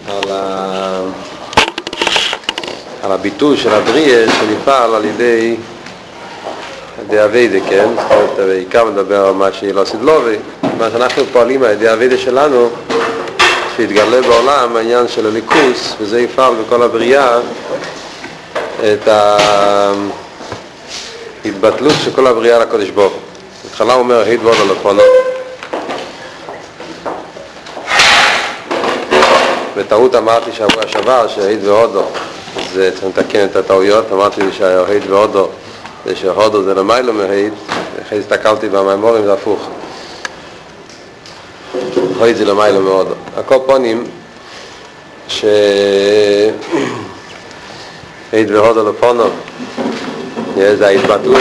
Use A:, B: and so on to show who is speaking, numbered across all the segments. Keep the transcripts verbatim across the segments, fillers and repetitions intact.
A: על, ה... על הביטול של הבריאה שנפעל על ידי ידי הווידה, כן? זאת אומרת, בעיקר מדבר על מה שהיא לא סדלובי, מה שאנחנו פועלים על ידי הווידה שלנו, שהתגלה בעולם העניין של הליכוס, וזה יפעל בכל הבריאה את ההתבטלות של כל הבריאה לקודש ברוך הוא. התחלה הוא אומר, היד ועוד הלפונו. בטעות אמרתי שבוע שעבר שהיד והודו, זה צריך לתקן את הטעויות, אמרתי שהיד והודו, זה שהודו זה למיילו מהיד, אחרי הסתכלתי במאמורים זה הפוך. היד זה למיילו מהודו. הכל פונים שהיד והודו לפונו, זה ההתבטלות,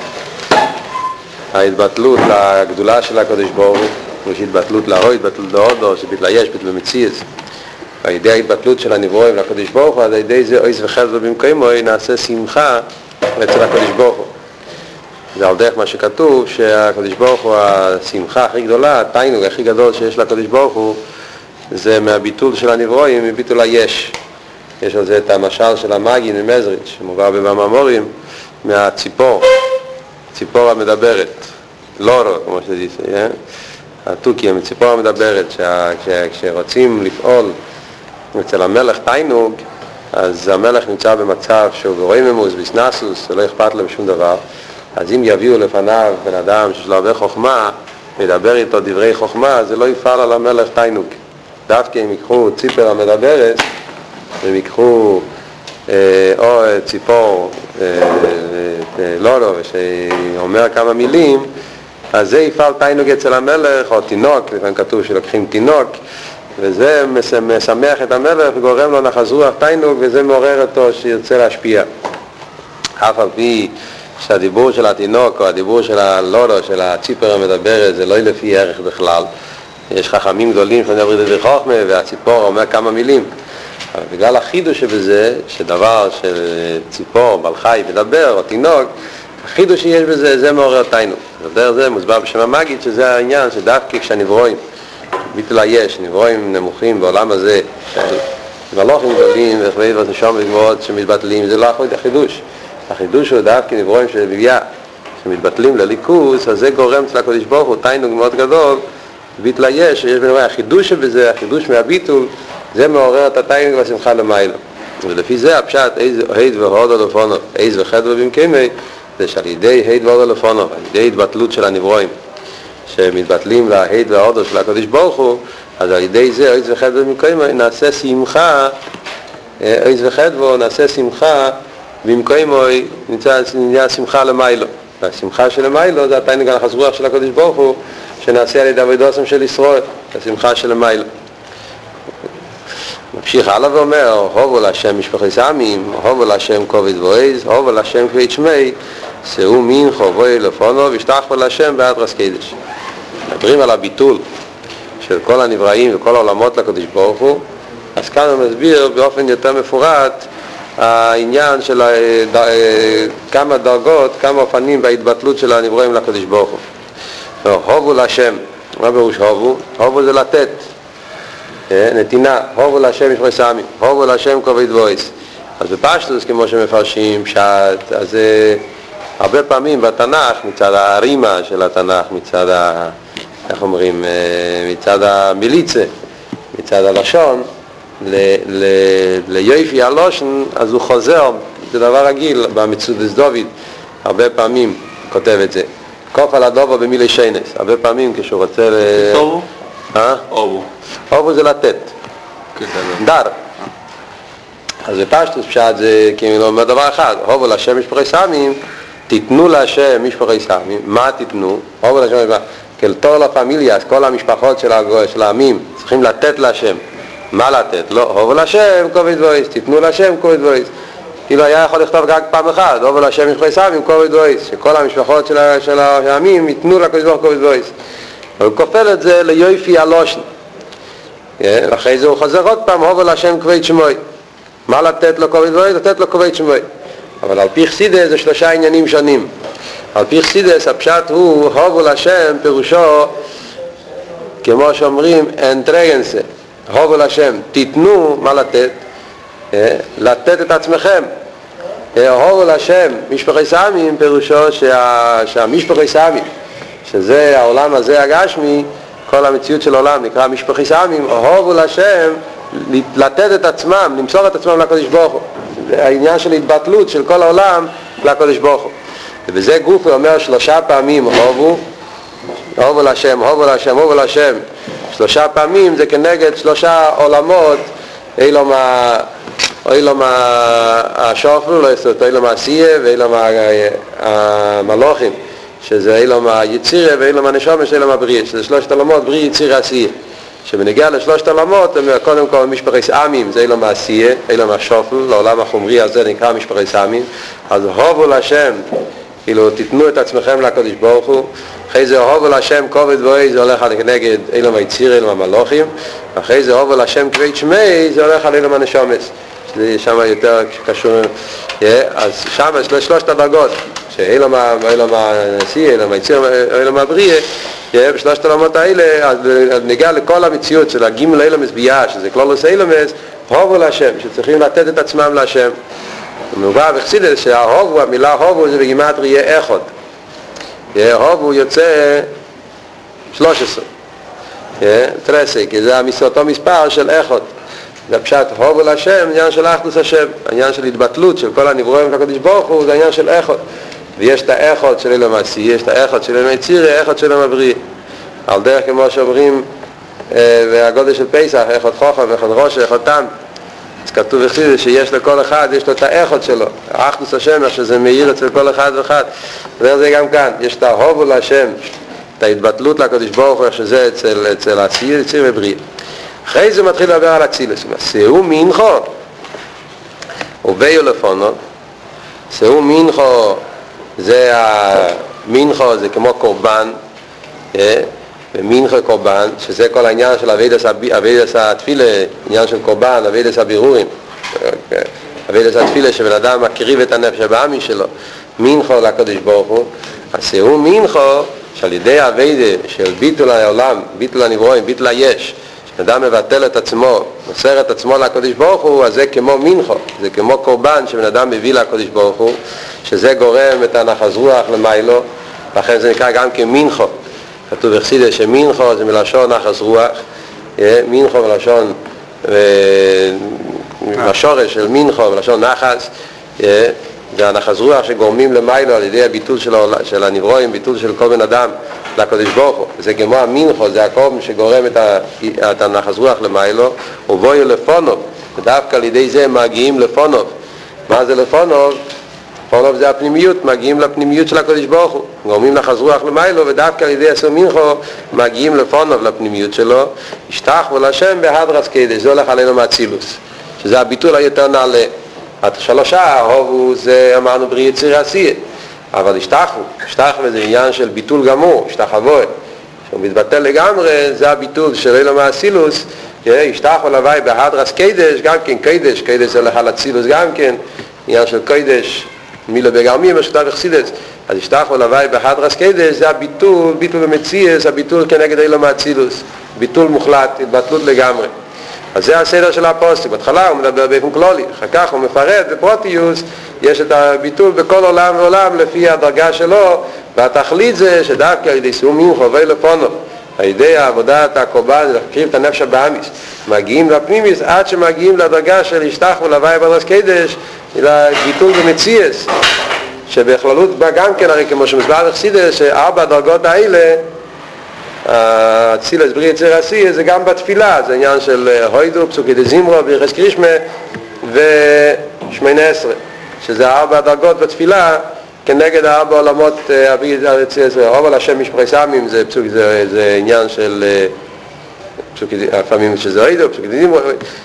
A: ההתבטלות לגדולה של הקדוש ברוך הוא, יש התבטלות להוד, התבטלות להודו, שביטלה יש, ביטלה מציאס. על ידי ההתבטלות של הנברואים לקדוש ברוך הוא, על ידי זה אויס וחסד במקומו נעשה שמחה אצל הקדוש ברוך הוא. זה על דרך מה שכתוב, שהקדוש ברוך הוא, השמחה הכי גדולה, התענוג הכי גדול שיש לקדוש ברוך הוא, זה מהביטול של הנברואים, מביטול היש. יש על זה את המשל של המאגין ממזריץ' שמובא במאמרים, מהציפור, ציפור המדברת, לורו, כמו שזה דיסה, התוכי, הציפור המדברת, כשרוצים לפעול אצל המלך תענוג, אז המלך נמצא במצב שהוא ברוממוס, בסנסוס, לא אכפת לו בשום דבר. אז אם יביאו לפניו בן אדם שיש לו הרבה חוכמה, וידבר איתו דברי חוכמה, זה לא יפעל על המלך תענוג. דווקא אם יקחו ציפר המדברת, הם יקחו אה, או ציפור אה, אה, לא לא, שאומר כמה מילים, אז זה יפעל תענוג אצל המלך, או תינוק, לפעמים כתוב שלוקחים תינוק, וזה משמח את המלך וגורם לו נחש רוח תענוג, וזה מעורר אותו שירצה להשפיע. אף על פי שהדיבור של התינוק או הדיבור של הלורו, של הציפר המדברת, זה לא לפי ערך בכלל. יש חכמים גדולים שמדברים דברי חוכמה, והציפור אומר כמה מילים. אבל בגלל החידוש שבזה, שדבר של ציפור, בעל חי מדבר, או תינוק, החידוש שיש בזה, זה מעורר תענוג. דרך זה מוסבר בשם המגיד, שזה העניין שדווקא כשהנברואים, ביטול היש, נברואים נמוכים בעולם הזה, של מלוכים גדולים וחווי ושם וגבוהות שמתבטלים, זה לא החידוש. החידוש הוא דווקא נברואים של בביאה, שמתבטלים לליכוס, אז זה גורם אצל הקדוש ברוך הוא תענוג מאוד גדול, ביטול היש, שיש בנברואים, החידוש שבזה, החידוש מהביטול, זה מעורר את התענוג והשמחה למעלה. ולפי זה הפשט, היד והודו לפונו, איז וחדו במקומי, זה שעל ידי היד והודו לפונו, על ידי התבטלות של הנברואים, שמתבטלים להיד וההודו של הקדוש ברוך הוא, אז על ידי זה אויס וחדו במקומו נעשה שמחה, אויס וחדו נעשה שמחה במקומו נהיה שמחה למיילו. והשמחה של למיילו זה התענוג הנחש רוח של הקדוש ברוך הוא שנעשה על ידי עבודתם של ישראל, השמחה של למיילו. ממשיך הלאה ואומר, הובו להשם משפחי עמים, הובו להשם כובד ועז, הובו להשם כבית שמי, שאו מין חובוי לפונו ושתחו להשם באדרס קדש. מדברים על הביטול של כל הנבראים וכל העולמות לקדוש ברוך הוא, אז כאן הוא מסביר באופן יותר מפורט העניין של כמה דרגות, כמה אופנים בהתבטלות של הנבראים לקדוש ברוך הוא. הובו להשם, מה פירוש הובו? הובו זה לתת, נתינה, הובו להשם משפחי עמים, הובו להשם כובד ועז. אז בפשטוס כמו שמפרשים פשט, אז הרבה פעמים בתנ"ך, מצד הרימה של התנ"ך, מצד ה... איך אומרים? מצד המיליצה, מצד הלשון, ל... ל... ליופי הלושן, אז הוא חוזר, זה דבר רגיל, במצודס דוד, הרבה פעמים כותב את זה. כוף על הדובו במילי שיינס, הרבה פעמים כשהוא רוצה ל...
B: טובו?
A: אה?
B: אובו.
A: אובו זה לתת. דר. אז בפשטוס פשט זה כאילו אומר דבר אחד, הובו להשם משפחי עמים, תיתנו להשם משפחי עמים. מה תיתנו? הובו להשם משפחי עמים. כלתור לפמיליה, כל המשפחות של, הגו, של העמים צריכים לתת להשם. מה לתת? לא, הובו להשם כובד ועז, תיתנו להשם כובד ועז. כאילו היה יכול לכתוב רק פעם אחת, הובו להשם משפחי עמים כובד ועז, שכל המשפחות של, של העמים ייתנו לקדוש ברוך הוא כובד ועז. הוא כופל את זה ליופי הלושן. אחרי זה הוא חוזר עוד פעם, הובו להשם כבד שמוי. מה לתת לו כובד ועז? לתת לו כבד שמוי. אבל על פי חסידות זה שלושה עניינים שונים. על פי חסידות הפשט הוא הובו להשם פירושו כמו שאומרים אנטרגנסה, הובו להשם, תיתנו, מה לתת? לתת את עצמכם. הובו להשם, משפחי סמים, פירושו שה, שהמשפחי סמים, שזה העולם הזה הגשמי, כל המציאות של העולם נקרא משפחי סמים, הובו להשם, לתת את עצמם, למסור את עצמם לקדוש ברוך הוא. העניין של התבטלות של כל העולם לקדוש ברוך הוא. ובזה גוף אומר שלושה פעמים הובו, הובו להשם, הובו להשם, הובו להשם. שלושה פעמים זה כנגד שלושה עולמות, אילום ה... אילום השופל, לא יסוד, אילום העשייה ואילום המלוכים, שזה אילום היצירה ואילום הנשומש, אילום הבריאה, שזה שלושת עולמות, בריא, יציר, עשייה. שבנגיע לשלושת עולמות, קודם כל משפחי סמים, זה אילום העשייה, אילום השופל, לעולם החומרי הזה נקרא משפחי סמים. אז הובו להשם, כאילו תיתנו את עצמכם לקדוש ברוך הוא. אחרי זה הובו להשם כובד בואי, זה הולך על נגד אילום היציר, אילום המלוכים. אחרי זה הובו להשם כבד שמי, זה הולך על אילום הנשומש. זה שם יותר קשור, אז שם יש שלושת הדרגות, שאילום הנשיא, אילום היציר, אילום הבריאה, בשלושת העולמות האלה, אז נגיע לכל המציאות של הגימל אילומס ביאה, שזה כלולוס אילומס, הובו להשם, שצריכים לתת את עצמם להשם. ומובא בחסידות שההובו, המילה הובו זה בגימטריה אחד. הובו יוצא שלוש עשרה. תרסי, כי זה אותו מספר של אחד. זה פשט הובו להשם, עניין של אחדוס השם, העניין של התבטלות של כל הנברואים של הקדוש ברוך הוא, זה העניין של אחד. ויש את האחד של אילום העשייה, יש את האחד של אילום היציר, האחד של אילום הבריאה. על דרך כמו שאומרים, והגודל של פסח, אחד חוכם, אחד ראש, אחד תם. אז כתוב בחסידות שיש לכל אחד, יש לו את האחד שלו, האחדוס השם, שזה מאיר אצל כל אחד ואחד. וזה גם כאן, יש את ההובו להשם, את ההתבטלות לקדוש ברוך הוא, שזה אצל, אצל העשייה, יציר ובריאה. אחרי זה מתחיל לדבר על אצילוס. שאו מנחו וביו לפונו. שאו מנחו זה המנחו, זה כמו קורבן, ומנחו קורבן, שזה כל העניין של אביידס התפילה, עניין של קורבן, אביידס הבירורים, אביידס התפילה שבן אדם מקריב את הנפש הבאמי שלו, מנחו לקדוש ברוך הוא. אז שאו מנחו שעל ידי אביידה של ביטול העולם, ביטול הנברואים, ביטול היש, אדם מבטל את עצמו, מוסר את עצמו לקדוש ברוך הוא, אז זה כמו מנחו, זה כמו קורבן שבן אדם מביא לקדוש ברוך הוא, שזה גורם את הנחש רוח למיילו, לכן זה נקרא גם כמנחו. כתוב בחסידות שמנחו זה מלשון נחש רוח, מנחו מלשון, מהשורש של מנחו מלשון נחש, זה הנחש רוח שגורמים למיילו על ידי הביטול של, של הנברואים, ביטול של כל בן אדם לקדוש ברוך הוא. זה כמו המנחו, זה הקום שגורם את, ה, את הנחש רוח למיילו, ובואו לפונוב, ודווקא על ידי זה מגיעים לפונוב. מה זה לפונוב? פונוב זה הפנימיות, מגיעים לפנימיות של הקדוש ברוך הוא, גורמים נחש רוח למיילו, ודווקא על ידי עשו מנחו מגיעים לפונוב, לפנימיות שלו. השתחוו להשם בהדרס קדש, זה הולך עלינו מהאצילוס, שזה הביטול היותר נעלה. השלושה, הובו זה אמרנו בריא יציר עשייה, אבל השתחוו, השתחוו זה עניין של ביטול גמור, השתחוו, שהוא מתבטל לגמרי, זה הביטול של אילום האצילוס. השתחוו להווי בהדרס קדש, גם כן קדש, קדש זה הולך על אצילוס גם כן, עניין של קדש, מילה בגרמים, מה שכתב בחסידות. אז השתחוו להווי בהדרס קדש, זה הביטול, ביטול במציאות, הביטול כנגד אילום האצילוס, ביטול מוחלט, התבטלות לגמרי. אז זה הסדר של האפוסטים. בהתחלה הוא מדבר באופן כללי, אחר כך הוא מפרט בפרוטיוס, יש את הביטול בכל עולם ועולם לפי הדרגה שלו, והתכלית זה שדווקא על ידי שאו מנחו וביו לפונו, על ידי עבודת הקורבן, להקריב את הנפש הבאמיס, מגיעים לפנימיס עד שמגיעים לדרגה של השתחוו להווי בהדרס קדש, לביטול במציאות, שבכללות בה גם כן, הרי כמו שמסבר בחסידות, שארבע הדרגות האלה, אצילוס בריא יציר עשייה, זה גם בתפילה, זה עניין של הוידו, פסוקי דזמרו, ברכס קרישמה ושמונה עשרה, שזה ארבע הדרגות בתפילה כנגד הארבע עולמות. הובו להשם משפחי סמים, זה פסוק, זה, זה עניין של פסוקי, לפעמים שזה הוידו, פסוקי דזמרו,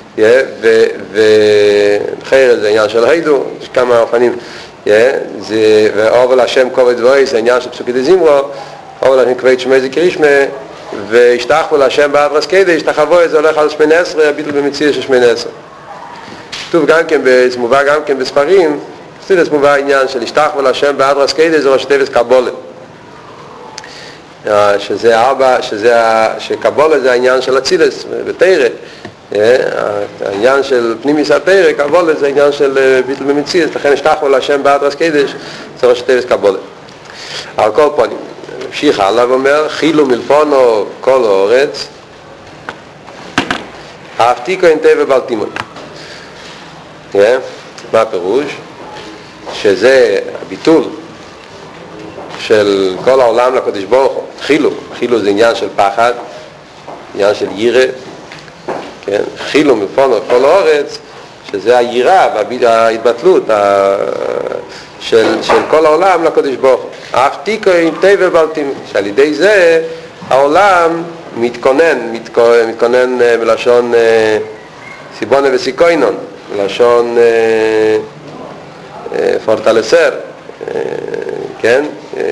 A: וחיר זה עניין של הוידו, יש כמה אופנים, והובו להשם כובד בואי, זה עניין של פסוקי דזמרו, הובו להשם כבד שמי זה קרישמה, והשתחוו להשם בהדרס קדש, השתחוו, זה הולך על שמונה עשרה, הביטול במציאות של שמונה עשרה. כתוב גם כן, זה מובא גם כן בספרים, זה מובא העניין של השתחוו להשם בהדרס קדש, זה ראשי תיבות קבולה. שזה ארבע, שזה, שקבולה זה העניין של אצילוס, בתורה, העניין של פנימיס התורה, קבולה זה עניין של ביטול במציאות, לכן השתחווה להשם באדרס קדש, זה ראשי תיבות קבולה. על כל פנים, המשיך הלאה ואומר, חילו מלפונו כל הארץ, האבטיקו אין טבע בלטימון. מה הפירוש? שזה הביטול של כל העולם לקדוש ברוך הוא. חילו, חילו זה עניין של פחד, עניין של ירא, כן? חילו מלפונו כל הארץ, שזה היראה וההתבטלות של, של כל העולם לקדוש ברוך הוא. האבטיקו אין טבע בלטימון, שעל ידי זה העולם מתכונן, מתכונן, מתכונן בלשון סיבונה וסיקוינון, בלשון פורטלסר, כן?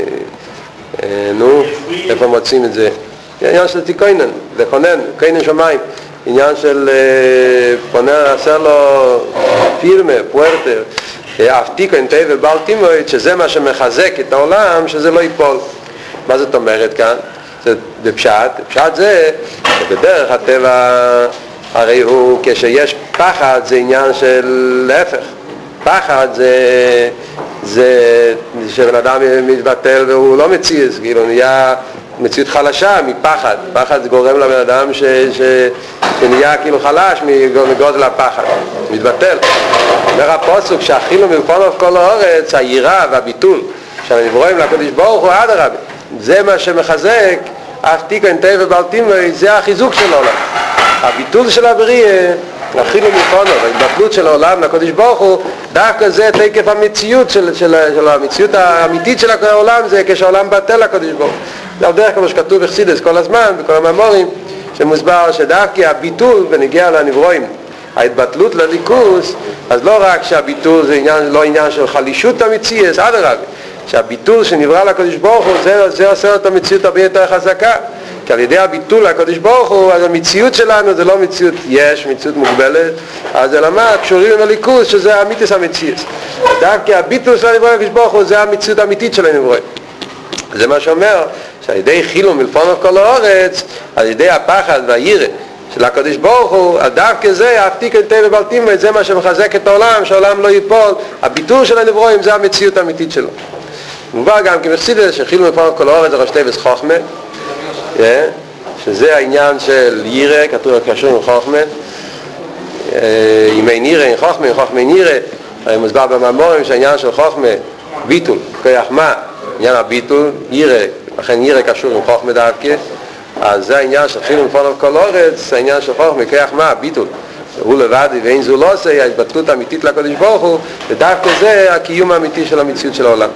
A: נו, איפה מוצאים את זה? עניין של תיקוינן, לכונן, קוינן שמיים, עניין של פונה, עשה לו פירמה, פוארטר, אבטיקו אין טבע בלטימון, שזה מה שמחזק את העולם, שזה לא ייפול. מה זאת אומרת כאן? זה בפשט, בפשט זה בדרך הטבע, הרי הוא כשיש פחד זה עניין של להפך, פחד זה זה שבן אדם מתבטל והוא לא מציז, כאילו נהיה מציאות חלשה מפחד, פחד זה גורם לבן אדם ש, ש, שנהיה כאילו חלש מגודל הפחד, מתבטל. אומר הפסוק שהחילו מלפונו כל הארץ, היראה והביטול שהנברואים לקדוש ברוך הוא אדרבה, זה מה שמחזק האבטיקו אין טבע בלטימון, זה החיזוק של העולם. הביטול של הבריאה, החילו מלפונו, ההתבטלות של העולם לקדוש ברוך הוא, דווקא זה תקף המציאות של, של, של המציאות האמיתית של העולם, זה כשהעולם בטל לקדוש ברוך הוא. זה על דרך כמו שכתוב בחסידות כל הזמן, בכל המאמרים, שמוסבר שדווקא הביטול בנגיע לנברואים, ההתבטלות לליכוס, אז לא רק שהביטול זה עניין, לא עניין של חלישות המציאות, אדרבה, שהביטול שנברא לקדוש ברוך הוא זה, זה עושה את המציאות הרבה יותר חזקה, כי על ידי הביטול לקדוש ברוך הוא, אז המציאות שלנו זה לא מציאות יש, מציאות מוגבלת, אז זה למה קשורים עם הליכוז שזה האמיתיס המציאות. דווקא הביטול של הנברא לקדוש ברוך הוא זה המציאות האמיתית של הנברא. זה מה שאומר שעל ידי חילו מלפונו כל הארץ, על ידי הפחד והירא של הקדוש ברוך הוא, דווקא זה האבטיקו אין טבע בלטימון, זה מה שמחזק את העולם, שהעולם לא ייפול. הביטול של הנברואים זה המציאות האמיתית שלו. מובן גם כמחסידות שחילו מלפונו כל הארץ זה ראשי תיבות חוכמה, שזה העניין של ירא, כתוב קשור עם חוכמה, אם אין ירא, אין חוכמה, אין חוכמה אין ירא, הרי מוסבר במאמרים שהעניין של חוכמה, ביטול, כוח מה, עניין הביטול, ירא, לכן ירא קשור עם חוכמה דווקא, אז זה העניין של חילו מלפונו כל הארץ, העניין של חוכמה, כוח מה, ביטול, הוא לבד ואין זו לא עושה, ההתבטלות האמיתית לקדוש ברוך הוא, ודווקא זה הקיום האמיתי של המציאות של העולם.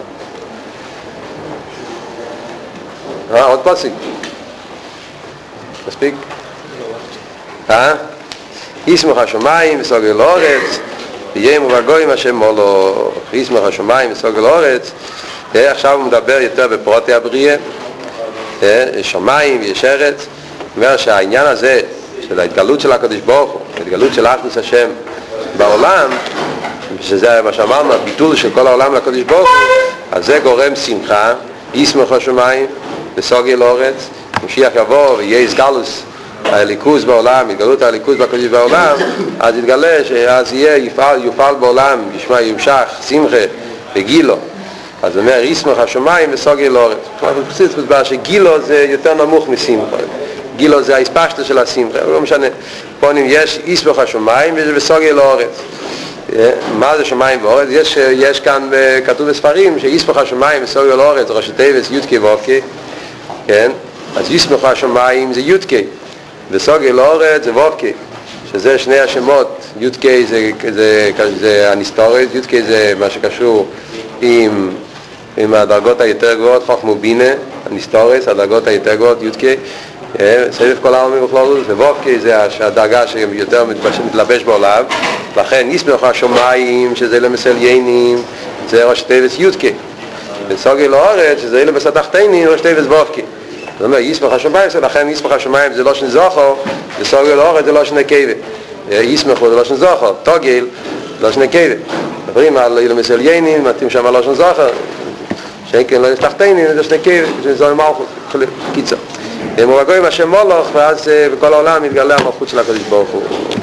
A: אה, עוד פסוק. מספיק? אה? ישמח השמיים וסוגל הארץ, ויהי ובגויים השם מולו. ישמח השמיים וסוגל הארץ. עכשיו הוא מדבר יותר בפרוטי הבריאה. יש שמיים ויש ארץ. הוא אומר שהעניין הזה של ההתגלות של הקדוש ברוך הוא, ההתגלות של אחדות השם בעולם, שזה מה שאמרנו, הביטול של כל העולם לקדוש ברוך הוא, אז זה גורם שמחה. ישמח השמיים וסוגל הארץ. משיח יבוא ויהיה הסגלוס הליכוז בעולם, התגלות הליכוז בקדוש בעולם, אז יתגלה שאז יהיה, יפעל, יופעל בעולם, ישמע, ימשך, שמחה וגילו. אז הוא אומר, ישמח השמיים וסוגל הארץ. אנחנו פסיק מסבר שגילו זה יותר נמוך משמחה. גילו זה ההספשטות של השמחה. לא משנה, פה יש ישמח השמיים וסוגל הארץ. מה זה שמיים וארץ? יש, יש כאן כתוב בספרים שישמח השמיים וסוגל הארץ, ראשי תיבות יודקי וובקי, כן? אז ישמח השמיים זה יודקי, וסוגל הארץ זה וובקי, שזה שני השמות. יודקי זה, זה, זה הנסתורית, יודקי זה מה שקשור עם, עם הדרגות היותר גבוהות, חוכמה ובינה, הנסתורית, הדרגות היותר גבוהות, יודקי, סביב כל העולמים בכללות, ווובקי זה הדרגה שיותר מתלבש בעולם, לכן ישמח השמיים שזה למסל יינים, זה ראשי תיבות יודקי, וסוגל הארץ שזה אלה בסתחתינים, ראשי תיבות וובקי. זאת אומרת, ישמח השמיים, לכן ישמח השמיים זה לא שני זוכר, וסוגל הארץ זה לא שני קייבה. ישמחו זה לא שני זוכר, תוגל לא שני קייבה. מדברים על אילומס עליינים, מתאים שם על לא שני זוכר, שאין כן לא יש תחתינים, זה שני קייבה, זה זו מלכות, קיצר. מור הגויים השם מולוך, ואז בכל העולם מתגלה המלכות של הקדוש ברוך הוא.